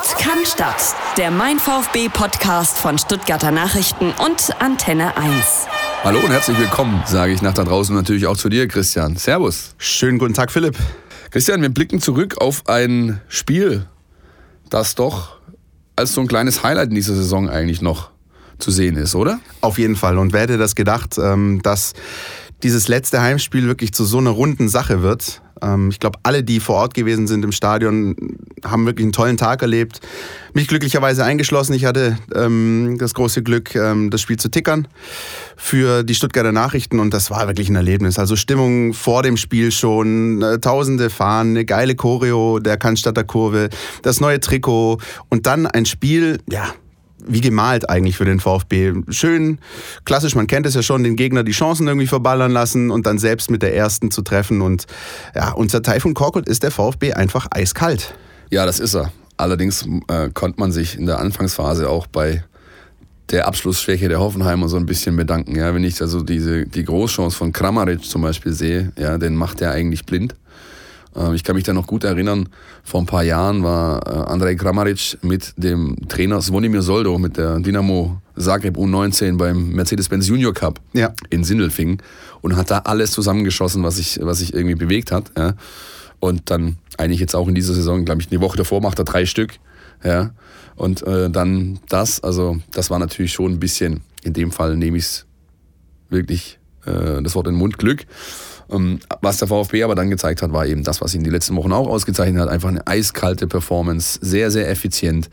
Sport kann Stadt. Der Mein VfB-Podcast von Stuttgarter Nachrichten und Antenne 1. Hallo und herzlich willkommen, sage ich nach da draußen natürlich auch zu dir, Christian. Servus. Schönen guten Tag, Philipp. Christian, wir blicken zurück auf ein Spiel, das doch als so ein kleines Highlight in dieser Saison eigentlich noch zu sehen ist, oder? Auf jeden Fall. Und wer hätte das gedacht, dass dieses letzte Heimspiel wirklich zu so einer runden Sache wird. Ich glaube, alle, die vor Ort gewesen sind im Stadion, haben wirklich einen tollen Tag erlebt. Mich glücklicherweise eingeschlossen. Ich hatte das große Glück, das Spiel zu tickern für die Stuttgarter Nachrichten und das war wirklich ein Erlebnis. Also Stimmung vor dem Spiel schon, tausende Fahnen, eine geile Choreo der Cannstatter Kurve, das neue Trikot und dann ein Spiel, ja, wie gemalt eigentlich für den VfB. Schön, klassisch, man kennt es ja schon, den Gegner die Chancen irgendwie verballern lassen und dann selbst mit der ersten zu treffen. Und ja, unser Taifun Korkut ist der VfB einfach eiskalt. Ja, das ist er. Allerdings konnte man sich in der Anfangsphase auch bei der Abschlussschwäche der Hoffenheimer so ein bisschen bedanken. Ja, wenn ich also die Großchance von Kramaric zum Beispiel sehe, ja, den macht er eigentlich blind. Ich kann mich da noch gut erinnern, vor ein paar Jahren war Andrej Kramaric mit dem Trainer Zvonimir Soldo, mit der Dinamo Zagreb U19 beim Mercedes-Benz Junior Cup in Sindelfingen und hat da alles zusammengeschossen, was sich irgendwie bewegt hat. Ja. Und dann eigentlich jetzt auch in dieser Saison, glaube ich, eine Woche davor macht er 3 Stück. Ja. Und dann das war natürlich schon ein bisschen, in dem Fall nehme ich es wirklich das Wort in den Mund, Glück. Was der VfB aber dann gezeigt hat, war eben das, was ihn die letzten Wochen auch ausgezeichnet hat. Einfach eine eiskalte Performance, sehr, sehr effizient.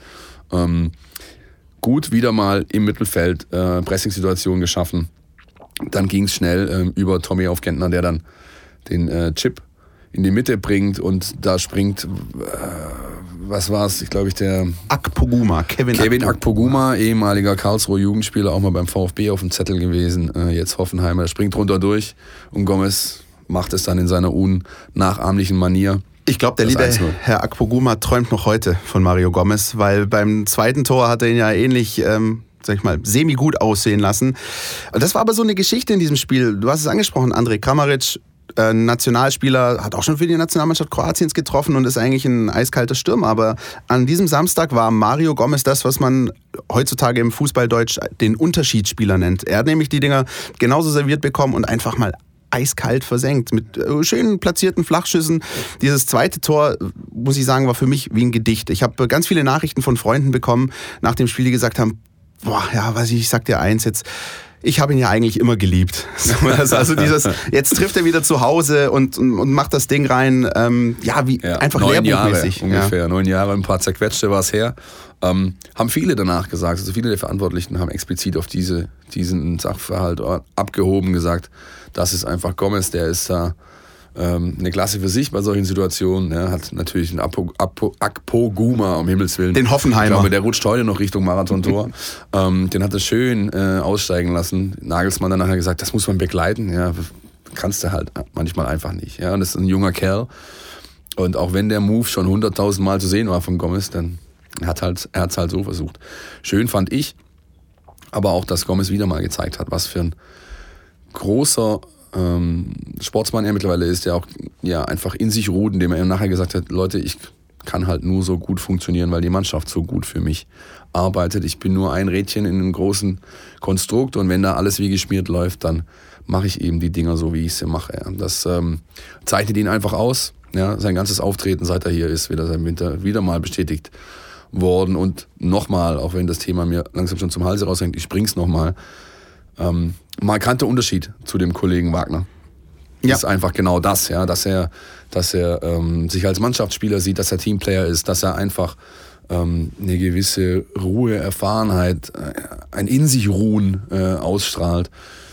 Gut wieder mal im Mittelfeld Pressingsituationen geschaffen. Dann ging es schnell über Tommy auf Gentner, der dann den Chip in die Mitte bringt und da springt, was war es, ich glaube der Akpoguma, Kevin Akpoguma, ehemaliger Karlsruher Jugendspieler, auch mal beim VfB auf dem Zettel gewesen, jetzt Hoffenheimer, springt runter durch und Gomez macht es dann in seiner unnachahmlichen Manier. Ich glaube, der liebe Herr Akpoguma träumt noch heute von Mario Gomez, weil beim zweiten Tor hat er ihn ja ähnlich semi-gut aussehen lassen. Und das war aber so eine Geschichte in diesem Spiel. Du hast es angesprochen, Andrej Kramaric, Nationalspieler, hat auch schon für die Nationalmannschaft Kroatiens getroffen und ist eigentlich ein eiskalter Stürmer. Aber an diesem Samstag war Mario Gomez das, was man heutzutage im Fußballdeutsch den Unterschiedsspieler nennt. Er hat nämlich die Dinger genauso serviert bekommen und einfach mal eiskalt versenkt mit schönen platzierten Flachschüssen. Dieses zweite Tor, muss ich sagen, war für mich wie ein Gedicht. Ich habe ganz viele Nachrichten von Freunden bekommen nach dem Spiel, die gesagt haben, ich sag dir eins jetzt, ich habe ihn ja eigentlich immer geliebt. Also dieses, jetzt trifft er wieder zu Hause und macht das Ding rein, einfach 9 lehrbuchmäßig. Jahre ungefähr, 9 Jahre, ein paar zerquetschte war es her. Haben viele danach gesagt, also viele der Verantwortlichen haben explizit auf diesen Sachverhalt abgehoben gesagt, das ist einfach Gomez, der ist da eine Klasse für sich bei solchen Situationen. Er hat natürlich einen Akpoguma, um Himmels Willen. Den Hoffenheimer. Ich glaube, der rutscht heute noch Richtung Marathontor. Den hat er schön aussteigen lassen. Nagelsmann dann nachher gesagt, das muss man begleiten. Ja, kannst du halt manchmal einfach nicht. Ja, und das ist ein junger Kerl. Und auch wenn der Move schon 100.000 Mal zu sehen war von Gomez, dann er hat's halt so versucht. Schön fand ich, aber auch, dass Gomez wieder mal gezeigt hat, was für ein großer Sportsmann er mittlerweile ist, der auch einfach in sich ruht, indem er nachher gesagt hat, Leute, ich kann halt nur so gut funktionieren, weil die Mannschaft so gut für mich arbeitet. Ich bin nur ein Rädchen in einem großen Konstrukt und wenn da alles wie geschmiert läuft, dann mache ich eben die Dinger so, wie ich sie mache. Das zeichnet ihn einfach aus. Ja, sein ganzes Auftreten, seit er hier ist, wieder mal bestätigt worden. Und nochmal, auch wenn das Thema mir langsam schon zum Halse raushängt, ich bring's nochmal. Markanter Unterschied zu dem Kollegen Wagner. Ja. Ist einfach genau das, ja, dass er sich als Mannschaftsspieler sieht, dass er Teamplayer ist, dass er einfach eine gewisse Ruhe, Erfahrenheit, ein in sich Ruhen ausstrahlt.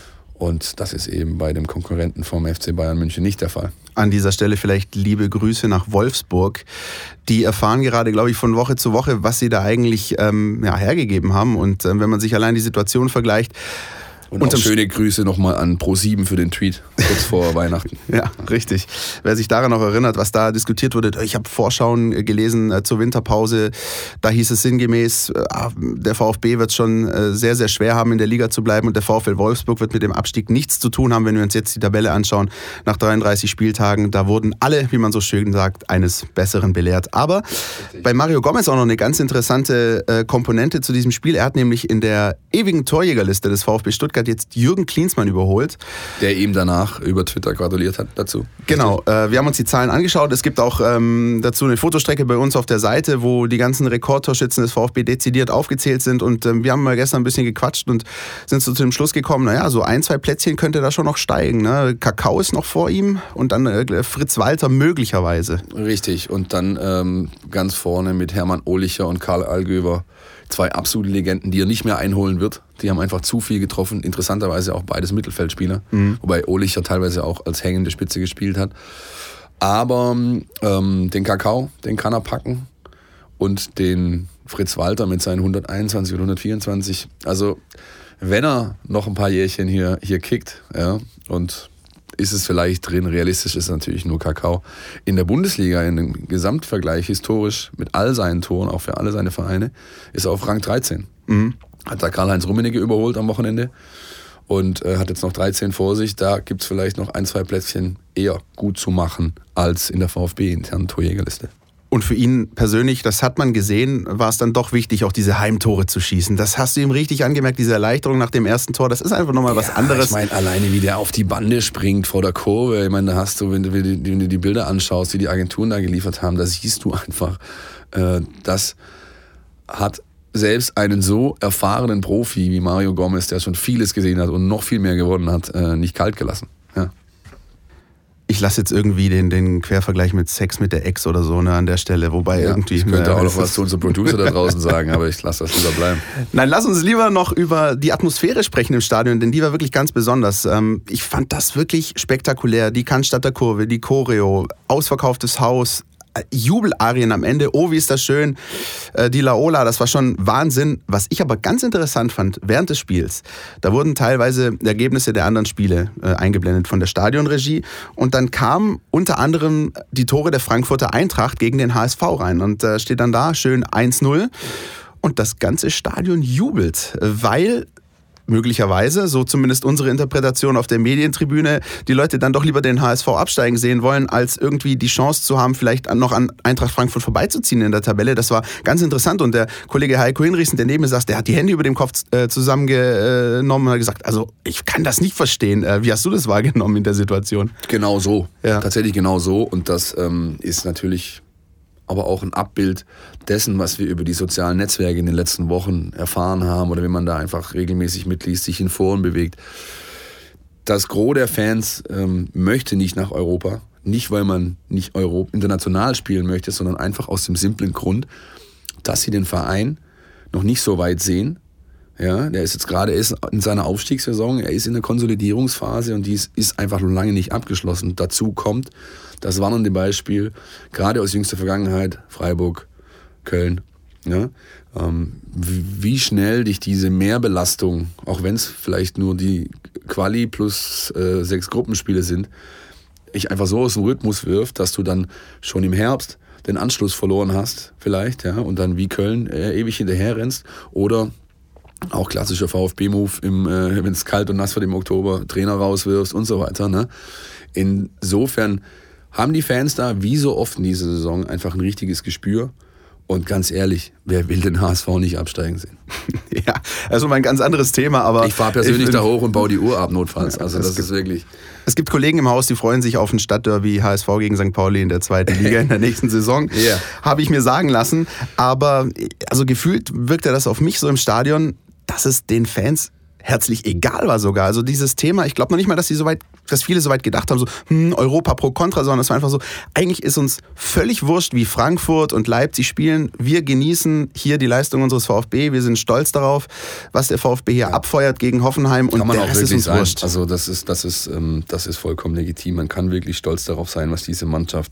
Und das ist eben bei dem Konkurrenten vom FC Bayern München nicht der Fall. An dieser Stelle vielleicht liebe Grüße nach Wolfsburg. Die erfahren gerade, glaube ich, von Woche zu Woche, was sie da eigentlich hergegeben haben. Und wenn man sich allein die Situation vergleicht, Und auch schöne Grüße nochmal an Pro7 für den Tweet kurz vor Weihnachten. Ja, richtig. Wer sich daran noch erinnert, was da diskutiert wurde, ich habe Vorschauen gelesen zur Winterpause, da hieß es sinngemäß, der VfB wird es schon sehr, sehr schwer haben, in der Liga zu bleiben und der VfL Wolfsburg wird mit dem Abstieg nichts zu tun haben, wenn wir uns jetzt die Tabelle anschauen. Nach 33 Spieltagen, da wurden alle, wie man so schön sagt, eines Besseren belehrt. Aber bei Mario Gomez auch noch eine ganz interessante Komponente zu diesem Spiel. Er hat nämlich in der ewigen Torjägerliste des VfB Stuttgart jetzt Jürgen Klinsmann überholt. Der ihm danach über Twitter gratuliert hat dazu. Genau, wir haben uns die Zahlen angeschaut. Es gibt auch dazu eine Fotostrecke bei uns auf der Seite, wo die ganzen Rekordtorschützen des VfB dezidiert aufgezählt sind. Und wir haben mal gestern ein bisschen gequatscht und sind so zu dem Schluss gekommen, naja, so 1, 2 Plätzchen könnte da schon noch steigen. Ne? Kakao ist noch vor ihm und dann Fritz Walter möglicherweise. Richtig, und dann ganz vorne mit Hermann Ohlicher und Karl Allgöwer 2 absolute Legenden, die er nicht mehr einholen wird. Die haben einfach zu viel getroffen. Interessanterweise auch beides Mittelfeldspieler. Wobei Ohlicher teilweise auch als hängende Spitze gespielt hat. Aber den Kakao, den kann er packen. Und den Fritz Walter mit seinen 121 oder 124. Also wenn er noch ein paar Jährchen hier kickt, ja, und ist es vielleicht drin, realistisch ist natürlich nur Kakao. In der Bundesliga, in dem Gesamtvergleich historisch mit all seinen Toren, auch für alle seine Vereine, ist er auf Rang 13. Hat da Karl-Heinz Rummenigge überholt am Wochenende und hat jetzt noch 13 vor sich. Da gibt es vielleicht noch 1, 2 Plätzchen eher gut zu machen als in der VfB-internen Torjägerliste. Und für ihn persönlich, das hat man gesehen, war es dann doch wichtig, auch diese Heimtore zu schießen. Das hast du ihm richtig angemerkt, diese Erleichterung nach dem ersten Tor. Das ist einfach nochmal was anderes. Ich meine, alleine wie der auf die Bande springt vor der Kurve. Ich meine, da hast du, wenn du die Bilder anschaust, die die Agenturen da geliefert haben, da siehst du einfach, das hat selbst einen so erfahrenen Profi wie Mario Gomez, der schon vieles gesehen hat und noch viel mehr gewonnen hat, nicht kalt gelassen. Ja. Ich lasse jetzt irgendwie den Quervergleich mit Sex mit der Ex oder so, ne, an der Stelle, wobei irgendwie... Ich könnte auch noch was zu unserem Producer da draußen sagen, aber ich lasse das lieber bleiben. Nein, lass uns lieber noch über die Atmosphäre sprechen im Stadion, denn die war wirklich ganz besonders. Ich fand das wirklich spektakulär. Die Cannstatter Kurve, die Choreo, ausverkauftes Haus, Jubelarien am Ende, oh wie ist das schön, die Laola, das war schon Wahnsinn. Was ich aber ganz interessant fand, während des Spiels, da wurden teilweise Ergebnisse der anderen Spiele eingeblendet von der Stadionregie und dann kamen unter anderem die Tore der Frankfurter Eintracht gegen den HSV rein und steht dann da schön 1-0 und das ganze Stadion jubelt, weil möglicherweise, so zumindest unsere Interpretation auf der Medientribüne, die Leute dann doch lieber den HSV absteigen sehen wollen, als irgendwie die Chance zu haben, vielleicht noch an Eintracht Frankfurt vorbeizuziehen in der Tabelle. Das war ganz interessant und der Kollege Heiko Hinrichsen, der neben mir saß, der hat die Hände über dem Kopf zusammengenommen und hat gesagt, also ich kann das nicht verstehen. Wie hast du das wahrgenommen in der Situation? Genau so, ja. Tatsächlich genau so und das ist natürlich aber auch ein Abbild dessen, was wir über die sozialen Netzwerke in den letzten Wochen erfahren haben oder wenn man da einfach regelmäßig mitliest, sich in Foren bewegt. Das Gros der Fans möchte nicht nach Europa, nicht weil man nicht international spielen möchte, sondern einfach aus dem simplen Grund, dass sie den Verein noch nicht so weit sehen. Ja, der ist jetzt gerade in seiner Aufstiegssaison, er ist in der Konsolidierungsphase und die ist einfach noch lange nicht abgeschlossen. Dazu kommt das warnende Beispiel, gerade aus jüngster Vergangenheit, Freiburg, Köln. Ja, wie schnell dich diese Mehrbelastung, auch wenn es vielleicht nur die Quali plus 6 Gruppenspiele sind, dich einfach so aus dem Rhythmus wirft, dass du dann schon im Herbst den Anschluss verloren hast, vielleicht, ja, und dann wie Köln ewig hinterher rennst oder auch klassischer VfB-Move, wenn es kalt und nass wird im Oktober, Trainer rauswirfst und so weiter. Ne? Insofern haben die Fans da, wie so oft in dieser Saison, einfach ein richtiges Gespür. Und ganz ehrlich, wer will den HSV nicht absteigen sehen? Ja, also mal ein ganz anderes Thema, aber... Ich fahre persönlich da hoch und baue die Uhr ab, notfalls. Also das ist wirklich... Es gibt Kollegen im Haus, die freuen sich auf ein Stadtderby HSV gegen St. Pauli in der 2. Liga in der nächsten Saison. Yeah. Habe ich mir sagen lassen. Aber also gefühlt wirkte das auf mich so im Stadion, dass es den Fans herzlich egal war sogar. Also dieses Thema, ich glaube noch nicht mal, dass viele so weit gedacht haben, so Europa pro Contra, sondern es war einfach so, eigentlich ist uns völlig wurscht, wie Frankfurt und Leipzig spielen. Wir genießen hier die Leistung unseres VfB, wir sind stolz darauf, was der VfB hier abfeuert gegen Hoffenheim und der Rest ist uns wurscht. Also das ist vollkommen legitim. Man kann wirklich stolz darauf sein, was diese Mannschaft,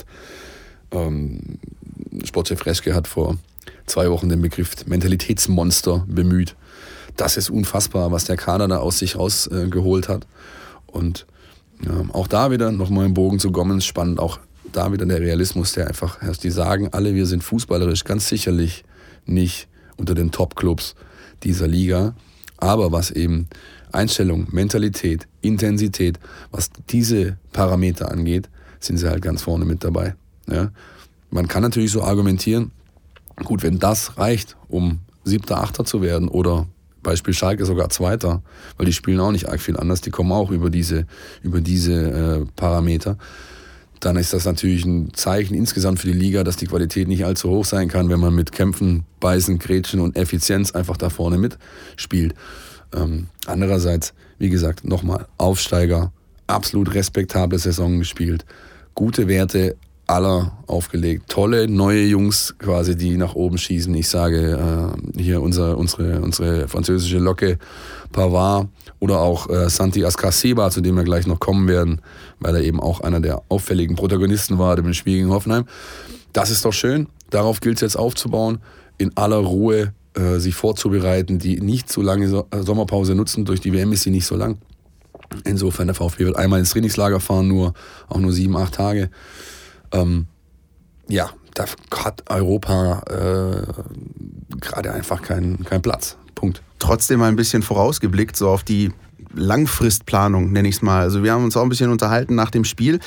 Sportchef Reschke hat vor 2 Wochen den Begriff Mentalitätsmonster bemüht. das ist unfassbar, was der Kader da aus sich rausgeholt hat. Und auch da wieder nochmal im Bogen zu Gommens, spannend, auch da wieder der Realismus, der einfach herrscht. Die sagen alle, wir sind fußballerisch ganz sicherlich nicht unter den Top-Clubs dieser Liga, aber was eben Einstellung, Mentalität, Intensität, was diese Parameter angeht, sind sie halt ganz vorne mit dabei. Ja? Man kann natürlich so argumentieren, gut, wenn das reicht, um 7., 8. zu werden oder Beispiel Schalke sogar 2., weil die spielen auch nicht arg viel anders, die kommen auch über diese Parameter, dann ist das natürlich ein Zeichen insgesamt für die Liga, dass die Qualität nicht allzu hoch sein kann, wenn man mit Kämpfen, Beißen, Grätschen und Effizienz einfach da vorne mitspielt. Andererseits, wie gesagt, nochmal Aufsteiger, absolut respektable Saison gespielt, gute Werte aller aufgelegt, tolle neue Jungs quasi, die nach oben schießen. Ich sage hier unsere französische Locke Pavard oder auch Santi Ascasiba, zu dem wir gleich noch kommen werden, weil er eben auch einer der auffälligen Protagonisten war im Spiel gegen Hoffenheim. Das ist doch schön, darauf gilt es jetzt aufzubauen, in aller Ruhe sich vorzubereiten, die nicht so lange Sommerpause nutzen, durch die WM ist sie nicht so lang. Insofern, der VfB wird einmal ins Trainingslager fahren, auch nur 7, 8 Tage. Da hat Europa gerade einfach keinen Platz. Punkt. Trotzdem mal ein bisschen vorausgeblickt, so auf die Langfristplanung, nenne ich es mal. Also wir haben uns auch ein bisschen unterhalten nach dem Spiel.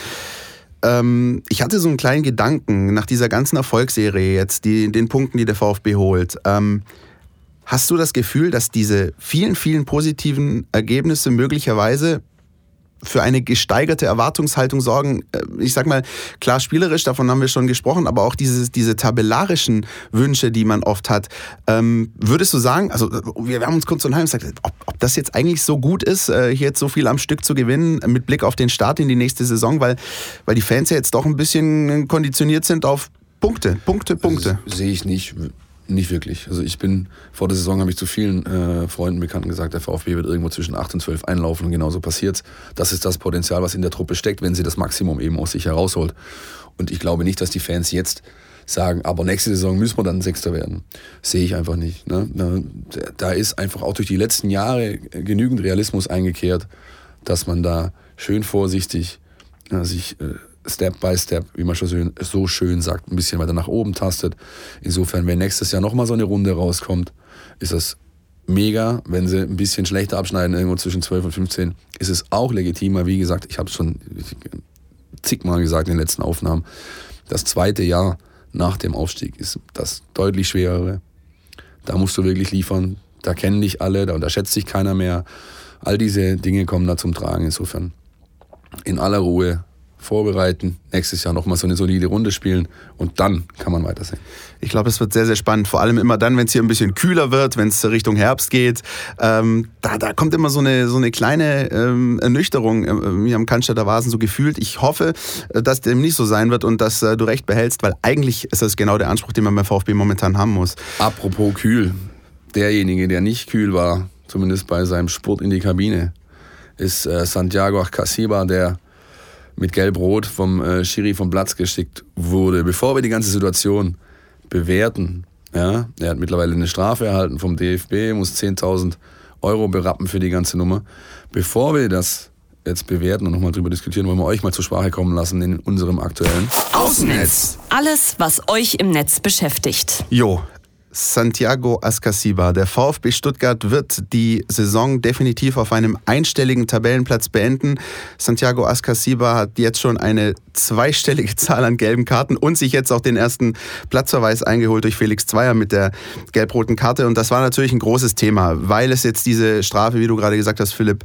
Ich hatte so einen kleinen Gedanken nach dieser ganzen Erfolgsserie jetzt, den Punkten, die der VfB holt. Hast du das Gefühl, dass diese vielen, vielen positiven Ergebnisse möglicherweise für eine gesteigerte Erwartungshaltung sorgen? Ich sag mal, klar spielerisch, davon haben wir schon gesprochen, aber auch diese tabellarischen Wünsche, die man oft hat. Würdest du sagen, also wir haben uns kurz unterhalten und gesagt, ob das jetzt eigentlich so gut ist, hier jetzt so viel am Stück zu gewinnen, mit Blick auf den Start in die nächste Saison, weil die Fans ja jetzt doch ein bisschen konditioniert sind auf Punkte. Das sehe ich nicht wirklich. Also vor der Saison habe ich zu vielen Freunden, Bekannten gesagt, der VfB wird irgendwo zwischen 8 und 12 einlaufen und genauso passiert's. Das ist das Potenzial, was in der Truppe steckt, wenn sie das Maximum eben aus sich herausholt. Und ich glaube nicht, dass die Fans jetzt sagen, aber nächste Saison müssen wir dann Sechster werden. Sehe ich einfach nicht. Ne? Da ist einfach auch durch die letzten Jahre genügend Realismus eingekehrt, dass man da schön vorsichtig sich Step by Step, wie man schon so schön sagt, ein bisschen weiter nach oben tastet. Insofern, wenn nächstes Jahr nochmal so eine Runde rauskommt, ist das mega. Wenn sie ein bisschen schlechter abschneiden, irgendwo zwischen 12 und 15, ist es auch legitimer. Wie gesagt, ich habe es schon zigmal gesagt in den letzten Aufnahmen, das 2. Jahr nach dem Aufstieg ist das deutlich schwerere. Da musst du wirklich liefern. Da kennen dich alle, da unterschätzt dich keiner mehr. All diese Dinge kommen da zum Tragen. Insofern in aller Ruhe vorbereiten, nächstes Jahr nochmal so eine solide Runde spielen und dann kann man weitersehen. Ich glaube, es wird sehr, sehr spannend, vor allem immer dann, wenn es hier ein bisschen kühler wird, wenn es Richtung Herbst geht. Da kommt immer so eine kleine Ernüchterung hier am Cannstatter Vasen so gefühlt. Ich hoffe, dass dem nicht so sein wird und dass du recht behältst, weil eigentlich ist das genau der Anspruch, den man beim VfB momentan haben muss. Apropos kühl, derjenige, der nicht kühl war, zumindest bei seinem Spurt in die Kabine, ist Santiago Ascasiba, der mit Gelb-Rot vom Schiri vom Platz geschickt wurde. Bevor wir die ganze Situation bewerten, er hat mittlerweile eine Strafe erhalten vom DFB, muss 10.000 € berappen für die ganze Nummer. Bevor wir das jetzt bewerten und nochmal drüber diskutieren, wollen wir euch mal zur Sprache kommen lassen in unserem aktuellen Außennetz. Alles, was euch im Netz beschäftigt. Santiago Ascasiba. Der VfB Stuttgart wird die Saison definitiv auf einem einstelligen Tabellenplatz beenden. Santiago Ascasiba hat jetzt schon eine zweistellige Zahl an gelben Karten und sich jetzt auch den ersten Platzverweis eingeholt durch Felix Zweier mit der gelb-roten Karte. Und das war natürlich ein großes Thema, weil es jetzt diese Strafe, wie du gerade gesagt hast, Philipp,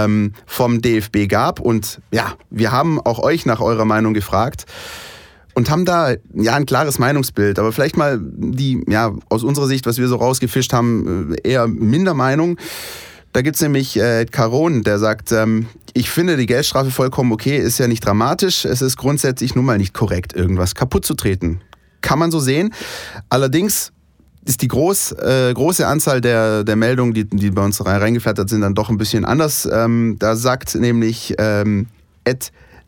vom DFB gab. Und ja, wir haben auch euch nach eurer Meinung gefragt. Und haben da ein klares Meinungsbild, aber vielleicht mal aus unserer Sicht, was wir so rausgefischt haben, eher minder Meinung. Da gibt's nämlich Caron, der sagt, ich finde die Geldstrafe vollkommen okay, ist ja nicht dramatisch, es ist grundsätzlich nun mal nicht korrekt, irgendwas kaputt zu treten. Kann man so sehen. Allerdings ist die große Anzahl der Meldungen, die bei uns reingeflattert sind, dann doch ein bisschen anders. Da sagt nämlich Ed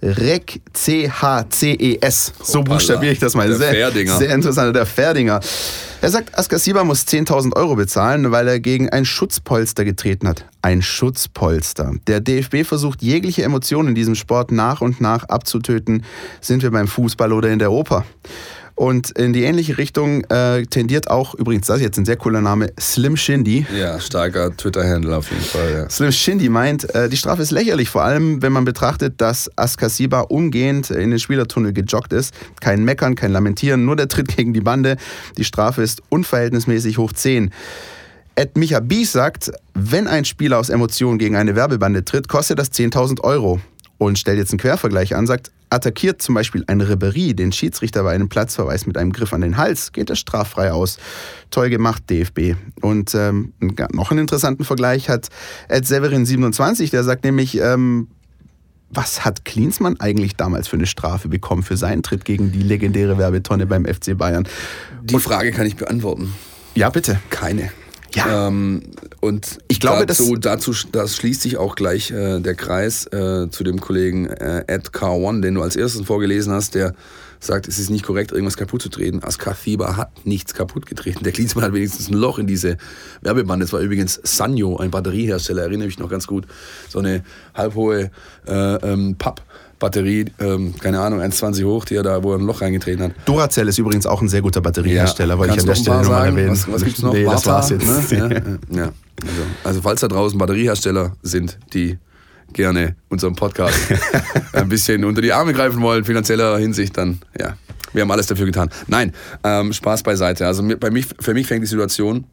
Rekces. So buchstabiere ich das mal. Sehr interessant, der Ferdinger. Er sagt, Askasiba muss 10.000 Euro bezahlen, weil er gegen ein Schutzpolster getreten hat. Ein Schutzpolster. Der DFB versucht, jegliche Emotionen in diesem Sport nach und nach abzutöten. Sind wir beim Fußball oder in der Oper? Und in die ähnliche Richtung tendiert auch, übrigens, das ist jetzt ein sehr cooler Name, Slim Shindy. Ja, starker Twitter-Handle auf jeden Fall. Ja. Slim Shindy meint, die Strafe ist lächerlich, vor allem wenn man betrachtet, dass Askasiba umgehend in den Spielertunnel gejoggt ist. Kein Meckern, kein Lamentieren, nur der Tritt gegen die Bande. Die Strafe ist unverhältnismäßig hoch 10. Ed Micha Bies sagt, wenn ein Spieler aus Emotionen gegen eine Werbebande tritt, kostet das 10.000 Euro. Und stellt jetzt einen Quervergleich an, sagt, attackiert zum Beispiel ein Ribéry den Schiedsrichter bei einem Platzverweis mit einem Griff an den Hals, geht er straffrei aus. Toll gemacht, DFB. Und noch einen interessanten Vergleich hat Ed Severin27, der sagt nämlich, was hat Klinsmann eigentlich damals für eine Strafe bekommen für seinen Tritt gegen die legendäre Werbetonne beim FC Bayern? Die Frage kann ich beantworten. Ja, bitte. Keine. Ja. Und ich glaube, dazu schließt sich auch gleich der Kreis zu dem Kollegen Ed Car1, den du als erstes vorgelesen hast, der sagt, es ist nicht korrekt, irgendwas kaputt zu treten. Askasiba hat nichts kaputt getreten. Der Klinsmann hat wenigstens ein Loch in diese Werbebande. Das war übrigens Sanyo, ein Batteriehersteller, erinnere mich noch ganz gut. So eine halbhohe Pappbatterie, keine Ahnung, 1,20 hoch, wo er ein Loch reingetreten hat. Duracell ist übrigens auch ein sehr guter Batteriehersteller, wollte ich an der Stelle nochmal erwähnen. Was gibt's noch? Nee, das war's jetzt. Ne? Ja. Also falls da draußen Batteriehersteller sind, die gerne unserem Podcast ein bisschen unter die Arme greifen wollen, finanzieller Hinsicht, dann ja, wir haben alles dafür getan. Nein, Spaß beiseite. Also für mich fängt die Situation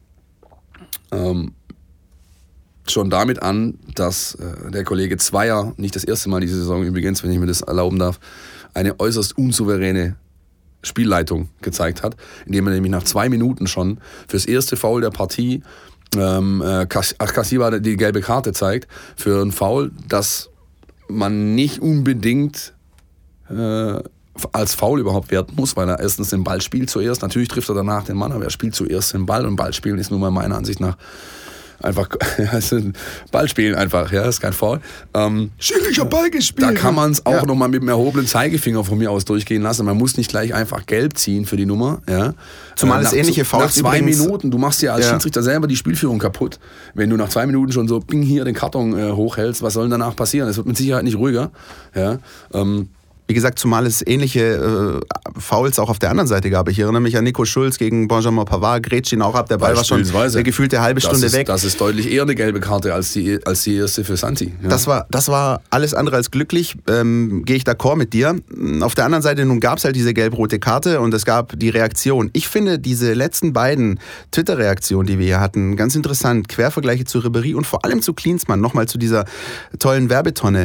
schon damit an, dass der Kollege Zweier, nicht das erste Mal diese Saison übrigens, wenn ich mir das erlauben darf, eine äußerst unsouveräne Spielleitung gezeigt hat, indem er nämlich nach 2 Minuten schon fürs erste Foul der Partie Askasiba die gelbe Karte zeigt für ein Foul, das man nicht unbedingt als Foul überhaupt werten muss, weil er erstens den Ball spielt zuerst. Natürlich trifft er danach den Mann, aber er spielt zuerst den Ball und Ballspielen ist nun mal meiner Ansicht nach einfach Ball spielen einfach, ja, ist kein Foul. Schwieriger Ball gespielt. Da kann man es auch nochmal mit dem erhobenen Zeigefinger von mir aus durchgehen lassen. Man muss nicht gleich einfach gelb ziehen für die Nummer. Ja. Zumal es ähnliche Fouls nach 2 Minuten, du machst ja als Schiedsrichter selber die Spielführung kaputt. Wenn du nach 2 Minuten schon so bing hier den Karton hochhältst, was soll denn danach passieren? Es wird mit Sicherheit nicht ruhiger. Ja. Wie gesagt, zumal es ähnliche Fouls auch auf der anderen Seite gab. Ich erinnere mich an Nico Schulz gegen Benjamin Pavard, grätscht ihn auch ab, der Ball war schon eine gefühlte halbe Stunde weg. Das ist deutlich eher eine gelbe Karte als die erste für Santi. Ja. Das war alles andere als glücklich, gehe ich d'accord mit dir. Auf der anderen Seite, nun gab es halt diese gelb-rote Karte und es gab die Reaktion. Ich finde diese letzten beiden Twitter-Reaktionen, die wir hier hatten, ganz interessant. Quervergleiche zu Ribéry und vor allem zu Klinsmann, nochmal zu dieser tollen Werbetonne.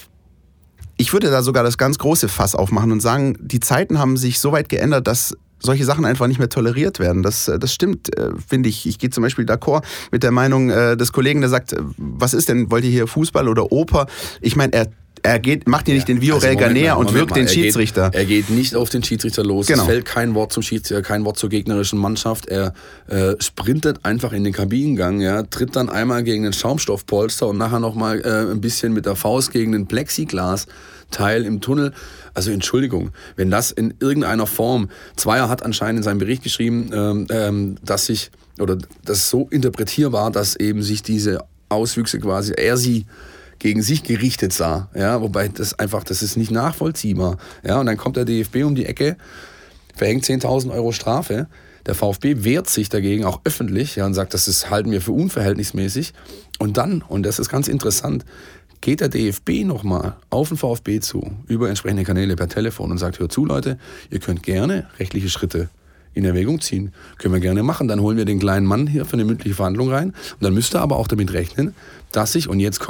Ich würde da sogar das ganz große Fass aufmachen und sagen, die Zeiten haben sich so weit geändert, dass solche Sachen einfach nicht mehr toleriert werden. Das stimmt, finde ich. Ich gehe zum Beispiel d'accord mit der Meinung des Kollegen, der sagt, was ist denn, wollt ihr hier Fußball oder Oper? Ich meine, er macht hier nicht den Viorel näher und wirkt den Schiedsrichter. Er geht nicht auf den Schiedsrichter los. Genau. Es fällt kein Wort zum Schiedsrichter, kein Wort zur gegnerischen Mannschaft. Er sprintet einfach in den Kabinengang, ja, tritt dann einmal gegen den Schaumstoffpolster und nachher nochmal ein bisschen mit der Faust gegen den Plexiglas-Teil im Tunnel. Also Entschuldigung, wenn das in irgendeiner Form, Zweier hat anscheinend in seinem Bericht geschrieben, dass das so interpretierbar, dass eben sich diese Auswüchse quasi, er sie gegen sich gerichtet sah, ja, wobei das ist nicht nachvollziehbar, ja, und dann kommt der DFB um die Ecke, verhängt 10.000 Euro Strafe, der VfB wehrt sich dagegen, auch öffentlich, ja, und sagt, das halten wir für unverhältnismäßig, und dann, und das ist ganz interessant, geht der DFB nochmal auf den VfB zu, über entsprechende Kanäle per Telefon und sagt, hört zu Leute, ihr könnt gerne rechtliche Schritte in Erwägung ziehen. Können wir gerne machen. Dann holen wir den kleinen Mann hier für eine mündliche Verhandlung rein. Und dann müsst ihr aber auch damit rechnen, dass sich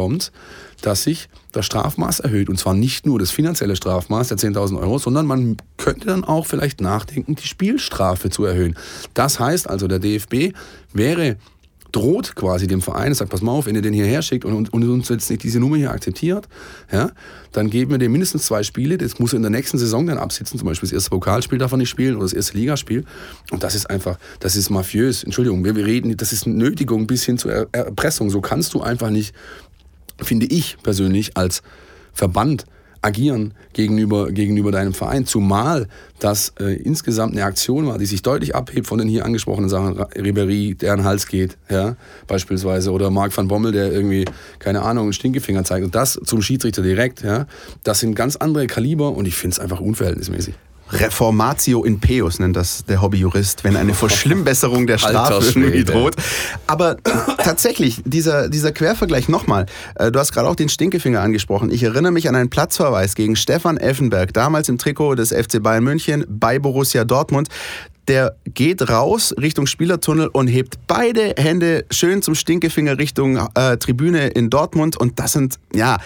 das Strafmaß erhöht. Und zwar nicht nur das finanzielle Strafmaß der 10.000 Euro, sondern man könnte dann auch vielleicht nachdenken, die Spielstrafe zu erhöhen. Das heißt also, der DFB droht quasi dem Verein, sagt, pass mal auf, wenn ihr den hierher schickt und uns jetzt nicht diese Nummer hier akzeptiert, ja, dann geben wir dem mindestens 2 Spiele, das muss er in der nächsten Saison dann absitzen, zum Beispiel das erste Pokalspiel darf er nicht spielen oder das erste Ligaspiel, und das ist mafiös, Entschuldigung, wir reden, das ist Nötigung bis hin zur Erpressung, so kannst du einfach nicht, finde ich persönlich, als Verband agieren gegenüber deinem Verein. Zumal das insgesamt eine Aktion war, die sich deutlich abhebt von den hier angesprochenen Sachen. Ribéry, der an den Hals geht, ja, beispielsweise. Oder Marc van Bommel, der irgendwie, keine Ahnung, einen Stinkefinger zeigt. Und das zum Schiedsrichter direkt. Ja, das sind ganz andere Kaliber und ich finde es einfach unverhältnismäßig. Reformatio in Peus nennt das der Hobbyjurist, wenn eine Verschlimmbesserung der Strafe irgendwie droht. Aber tatsächlich, dieser Quervergleich nochmal, du hast gerade auch den Stinkefinger angesprochen. Ich erinnere mich an einen Platzverweis gegen Stefan Effenberg, damals im Trikot des FC Bayern München bei Borussia Dortmund. Der geht raus Richtung Spielertunnel und hebt beide Hände schön zum Stinkefinger Richtung Tribüne in Dortmund. Und das sind, ja,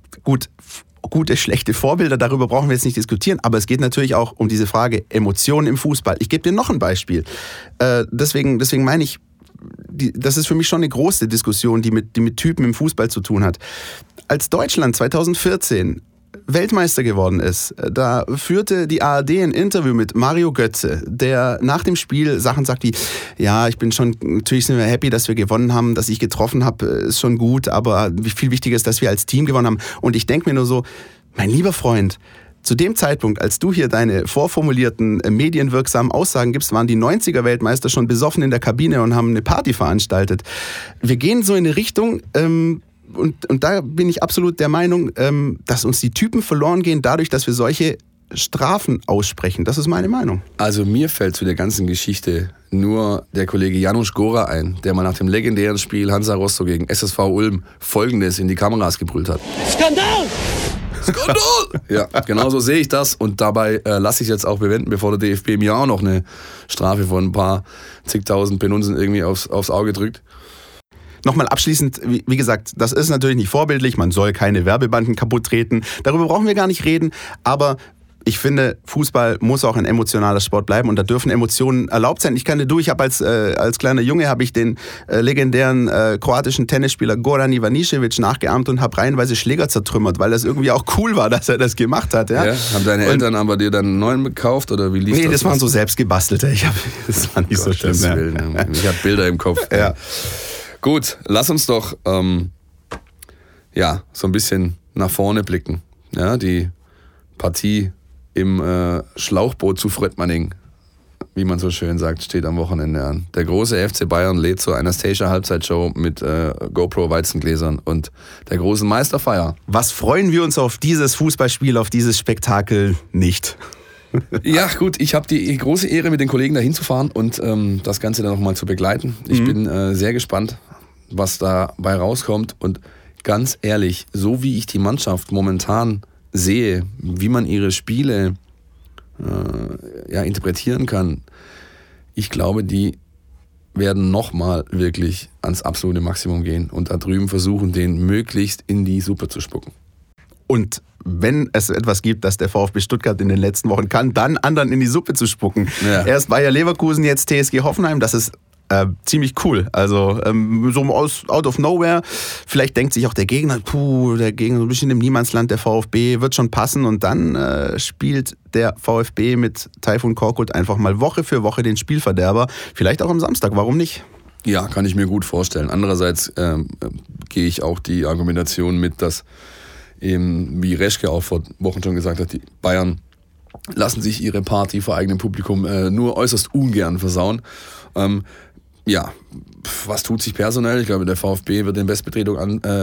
gute, schlechte Vorbilder, darüber brauchen wir jetzt nicht diskutieren, aber es geht natürlich auch um diese Frage Emotionen im Fußball. Ich gebe dir noch ein Beispiel. Deswegen meine ich, das ist für mich schon eine große Diskussion, die mit Typen im Fußball zu tun hat. Als Deutschland 2014 Weltmeister geworden ist, da führte die ARD ein Interview mit Mario Götze, der nach dem Spiel Sachen sagt wie, ja, natürlich sind wir happy, dass wir gewonnen haben, dass ich getroffen habe, ist schon gut, aber viel wichtiger ist, dass wir als Team gewonnen haben. Und ich denke mir nur so, mein lieber Freund, zu dem Zeitpunkt, als du hier deine vorformulierten, medienwirksamen Aussagen gibst, waren die 90er-Weltmeister schon besoffen in der Kabine und haben eine Party veranstaltet. Wir gehen so in eine Richtung, und da bin ich absolut der Meinung, dass uns die Typen verloren gehen, dadurch, dass wir solche Strafen aussprechen. Das ist meine Meinung. Also mir fällt zu der ganzen Geschichte nur der Kollege Janusz Gora ein, der mal nach dem legendären Spiel Hansa Rostock gegen SSV Ulm Folgendes in die Kameras gebrüllt hat. Skandal! Skandal! Ja, genau so sehe ich das und dabei lasse ich es jetzt auch bewenden, bevor der DFB mir auch noch eine Strafe von ein paar zigtausend Penunsen irgendwie aufs Auge drückt. Nochmal abschließend, wie gesagt, das ist natürlich nicht vorbildlich, man soll keine Werbebanden kaputt treten, darüber brauchen wir gar nicht reden, aber ich finde, Fußball muss auch ein emotionaler Sport bleiben und da dürfen Emotionen erlaubt sein. Ich habe als kleiner Junge den legendären kroatischen Tennisspieler Goran Ivanišević nachgeahmt und habe reihenweise Schläger zertrümmert, weil das irgendwie auch cool war, dass er das gemacht hat. Ja? Haben deine Eltern aber dir dann einen neuen gekauft oder wie lief das? Nee, das waren so selbst gebastelte. Das war nicht so schlimm. Ich habe Bilder im Kopf. Ja. Gut, lass uns doch so ein bisschen nach vorne blicken. Ja, die Partie im Schlauchboot zu Fröttmanning, wie man so schön sagt, steht am Wochenende an. Der große FC Bayern lädt zu einer Anastasia-Halbzeitshow mit GoPro-Weizengläsern und der großen Meisterfeier. Was freuen wir uns auf dieses Fußballspiel, auf dieses Spektakel nicht? Ja, gut, ich habe die große Ehre, mit den Kollegen da hinzufahren und das Ganze dann nochmal zu begleiten. Ich bin sehr gespannt, was dabei rauskommt. Und ganz ehrlich, so wie ich die Mannschaft momentan sehe, wie man ihre Spiele interpretieren kann, ich glaube, die werden nochmal wirklich ans absolute Maximum gehen und da drüben versuchen, den möglichst in die Suppe zu spucken. Und wenn es etwas gibt, das der VfB Stuttgart in den letzten Wochen kann, dann anderen in die Suppe zu spucken. Ja. Erst Bayer Leverkusen, jetzt TSG Hoffenheim, das ist ziemlich cool. Also so out of nowhere. Vielleicht denkt sich auch der Gegner, so ein bisschen im Niemandsland, der VfB wird schon passen und dann spielt der VfB mit Tayfun Korkut einfach mal Woche für Woche den Spielverderber. Vielleicht auch am Samstag, warum nicht? Ja, kann ich mir gut vorstellen. Andererseits gehe ich auch die Argumentation mit, dass eben, wie Reschke auch vor Wochen schon gesagt hat, die Bayern lassen sich ihre Party vor eigenem Publikum nur äußerst ungern versauen. Was tut sich personell? Ich glaube, der VfB wird in Bestbesetzung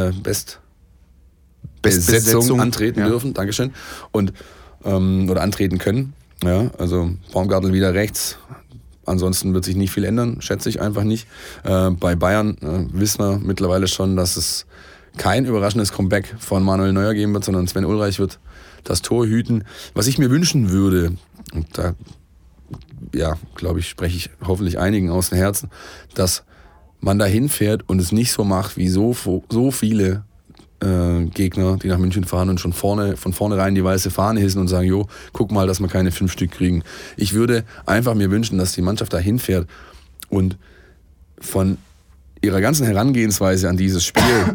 antreten dürfen. Dankeschön. Und, oder antreten können. Ja, also Baumgartel wieder rechts. Ansonsten wird sich nicht viel ändern, schätze ich einfach nicht. Bei Bayern wissen wir mittlerweile schon, dass es kein überraschendes Comeback von Manuel Neuer geben wird, sondern Sven Ulreich wird das Tor hüten. Was ich mir wünschen würde, und da glaube ich, spreche ich hoffentlich einigen aus dem Herzen, dass man da hinfährt und es nicht so macht wie so viele Gegner, die nach München fahren und schon von vornherein die weiße Fahne hissen und sagen, guck mal, dass wir keine 5 Stück kriegen. Ich würde einfach mir wünschen, dass die Mannschaft da hinfährt und von ihrer ganzen Herangehensweise an dieses Spiel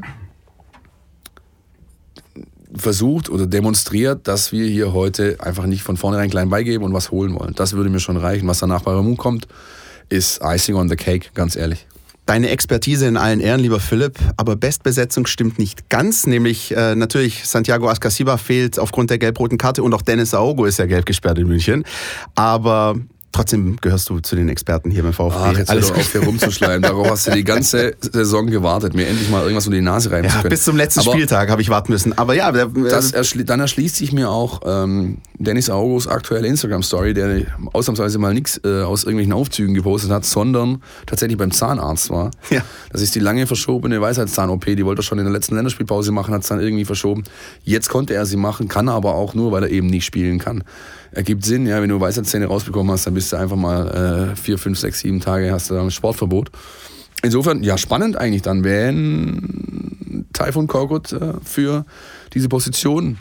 versucht oder demonstriert, dass wir hier heute einfach nicht von vornherein klein beigeben und was holen wollen. Das würde mir schon reichen. Was danach bei Ramu kommt, ist Icing on the Cake, ganz ehrlich. Deine Expertise in allen Ehren, lieber Philipp, aber Bestbesetzung stimmt nicht ganz, nämlich natürlich Santiago Ascasiba fehlt aufgrund der gelb-roten Karte und auch Dennis Aogo ist ja gelb gesperrt in München, aber trotzdem gehörst du zu den Experten hier beim VfB. Ach, jetzt hör doch auf, hier rumzuschleimen. Darauf hast du die ganze Saison gewartet, mir endlich mal irgendwas unter die Nase reiben zu können. Bis zum letzten Spieltag habe ich warten müssen. Aber ja, dann erschließt sich mir auch Dennis Aogos aktuelle Instagram-Story, der ausnahmsweise mal nichts aus irgendwelchen Aufzügen gepostet hat, sondern tatsächlich beim Zahnarzt war. Ja. Das ist die lange verschobene Weisheitszahn-OP, die wollte er schon in der letzten Länderspielpause machen, hat es dann irgendwie verschoben. Jetzt konnte er sie machen, kann er aber auch nur, weil er eben nicht spielen kann. Ergibt Sinn, ja, wenn du Weisheitszähne rausbekommen hast, dann bist du einfach mal 4, 5, 6, 7 Tage hast du dann Sportverbot. Insofern, ja, spannend eigentlich dann, wenn Tayfun Korkut für diese Positionen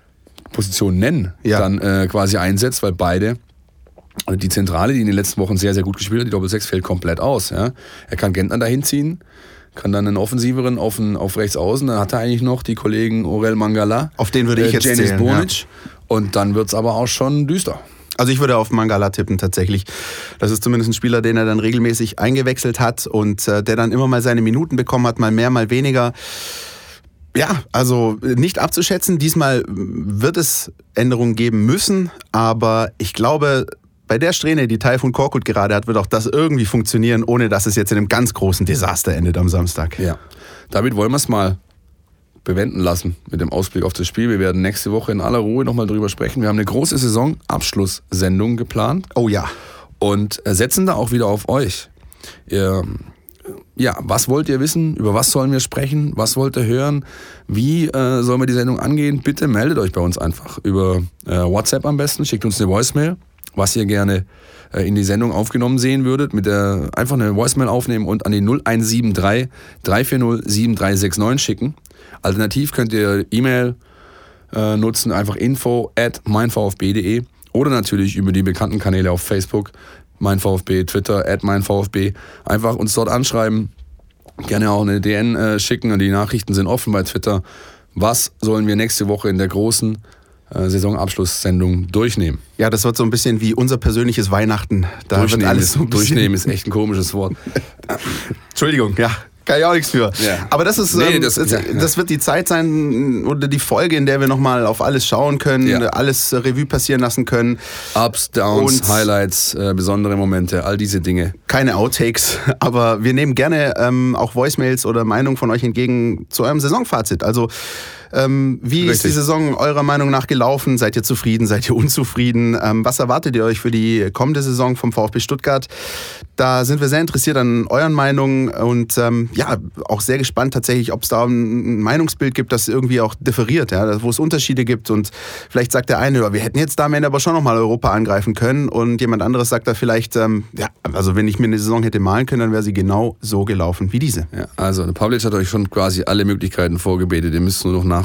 dann quasi einsetzt, weil beide, also die Zentrale, die in den letzten Wochen sehr, sehr gut gespielt hat, die Doppel-6 fällt komplett aus. Ja. Er kann Gentner dahin ziehen, kann dann einen offensiveren auf rechts außen, dann hat er eigentlich noch die Kollegen Orel Mangala, auf den würde ich jetzt Janis zählen, Bonic. Ja. Und dann wird es aber auch schon düster. Also ich würde auf Mangala tippen tatsächlich. Das ist zumindest ein Spieler, den er dann regelmäßig eingewechselt hat und der dann immer mal seine Minuten bekommen hat, mal mehr, mal weniger. Ja, also nicht abzuschätzen. Diesmal wird es Änderungen geben müssen, aber ich glaube, bei der Strähne, die Tayfun Korkut gerade hat, wird auch das irgendwie funktionieren, ohne dass es jetzt in einem ganz großen Desaster endet am Samstag. Ja, damit wollen wir es mal bewenden lassen mit dem Ausblick auf das Spiel. Wir werden nächste Woche in aller Ruhe nochmal drüber sprechen. Wir haben eine große Saisonabschlusssendung geplant. Oh ja. Und setzen da auch wieder auf euch. Was wollt ihr wissen? Über was sollen wir sprechen? Was wollt ihr hören? Wie sollen wir die Sendung angehen? Bitte meldet euch bei uns einfach über WhatsApp am besten. Schickt uns eine Voicemail, was ihr gerne in die Sendung aufgenommen sehen würdet. Einfach eine Voicemail aufnehmen und an die 0173 340 7369 schicken. Alternativ könnt ihr E-Mail nutzen, einfach info@meinvfb.de oder natürlich über die bekannten Kanäle auf Facebook, meinvfb, Twitter, @meinvfb. Einfach uns dort anschreiben, gerne auch eine DN schicken und die Nachrichten sind offen bei Twitter. Was sollen wir nächste Woche in der großen Saisonabschlusssendung durchnehmen? Ja, das wird so ein bisschen wie unser persönliches Weihnachten. Da wird alles so durchnehmen ist echt ein komisches Wort. Entschuldigung, ja. Kann ich auch nichts für. Ja. Aber das ist, das wird die Zeit sein oder die Folge, in der wir nochmal auf alles schauen können, alles Revue passieren lassen können. Ups, Downs, und Highlights, besondere Momente, all diese Dinge. Keine Outtakes, aber wir nehmen gerne auch Voicemails oder Meinungen von euch entgegen zu eurem Saisonfazit. Also wie ist die Saison eurer Meinung nach gelaufen? Seid ihr zufrieden? Seid ihr unzufrieden? Was erwartet ihr euch für die kommende Saison vom VfB Stuttgart? Da sind wir sehr interessiert an euren Meinungen und auch sehr gespannt tatsächlich, ob es da ein Meinungsbild gibt, das irgendwie auch differiert, ja, wo es Unterschiede gibt und vielleicht sagt der eine, wir hätten jetzt da am Ende aber schon nochmal Europa angreifen können und jemand anderes sagt da vielleicht, also wenn ich mir eine Saison hätte malen können, dann wäre sie genau so gelaufen wie diese. Ja, also der Pavlic hat euch schon quasi alle Möglichkeiten vorgebetet, ihr müsst nur noch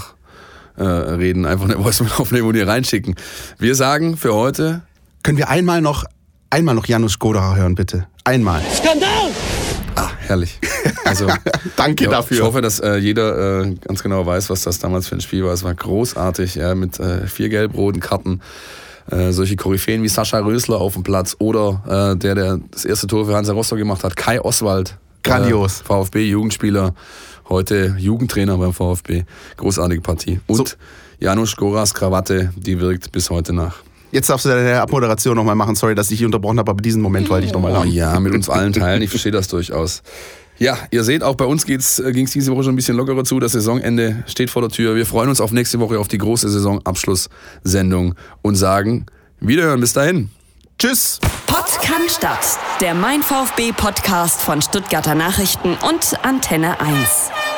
reden, einfach eine Voicemail aufnehmen und ihr reinschicken. Wir sagen für heute... Können wir einmal noch Janusz Skoda hören, bitte? Einmal. Skandal! Ah, herrlich. Also, danke dafür. Ich hoffe, dass jeder ganz genau weiß, was das damals für ein Spiel war. Es war großartig, mit 4 gelb-roten Karten. Solche Koryphäen wie Sascha Rösler auf dem Platz oder der das erste Tor für Hansa Rostock gemacht hat, Kai Oswald. Grandios. VfB-Jugendspieler, heute Jugendtrainer beim VfB. Großartige Partie. Und Janusz Skoras Krawatte, die wirkt bis heute nach. Jetzt darfst du deine Abmoderation nochmal machen. Sorry, dass ich dich unterbrochen habe, aber diesen Moment wollte ich nochmal haben. Ja, mit uns allen teilen. Ich verstehe das durchaus. Ja, ihr seht, auch bei uns ging es diese Woche schon ein bisschen lockerer zu. Das Saisonende steht vor der Tür. Wir freuen uns auf nächste Woche, auf die große Saisonabschlusssendung und sagen, wiederhören. Bis dahin. Tschüss. Pott kann Stadt. Der Mein VfB Podcast von Stuttgarter Nachrichten und Antenne 1.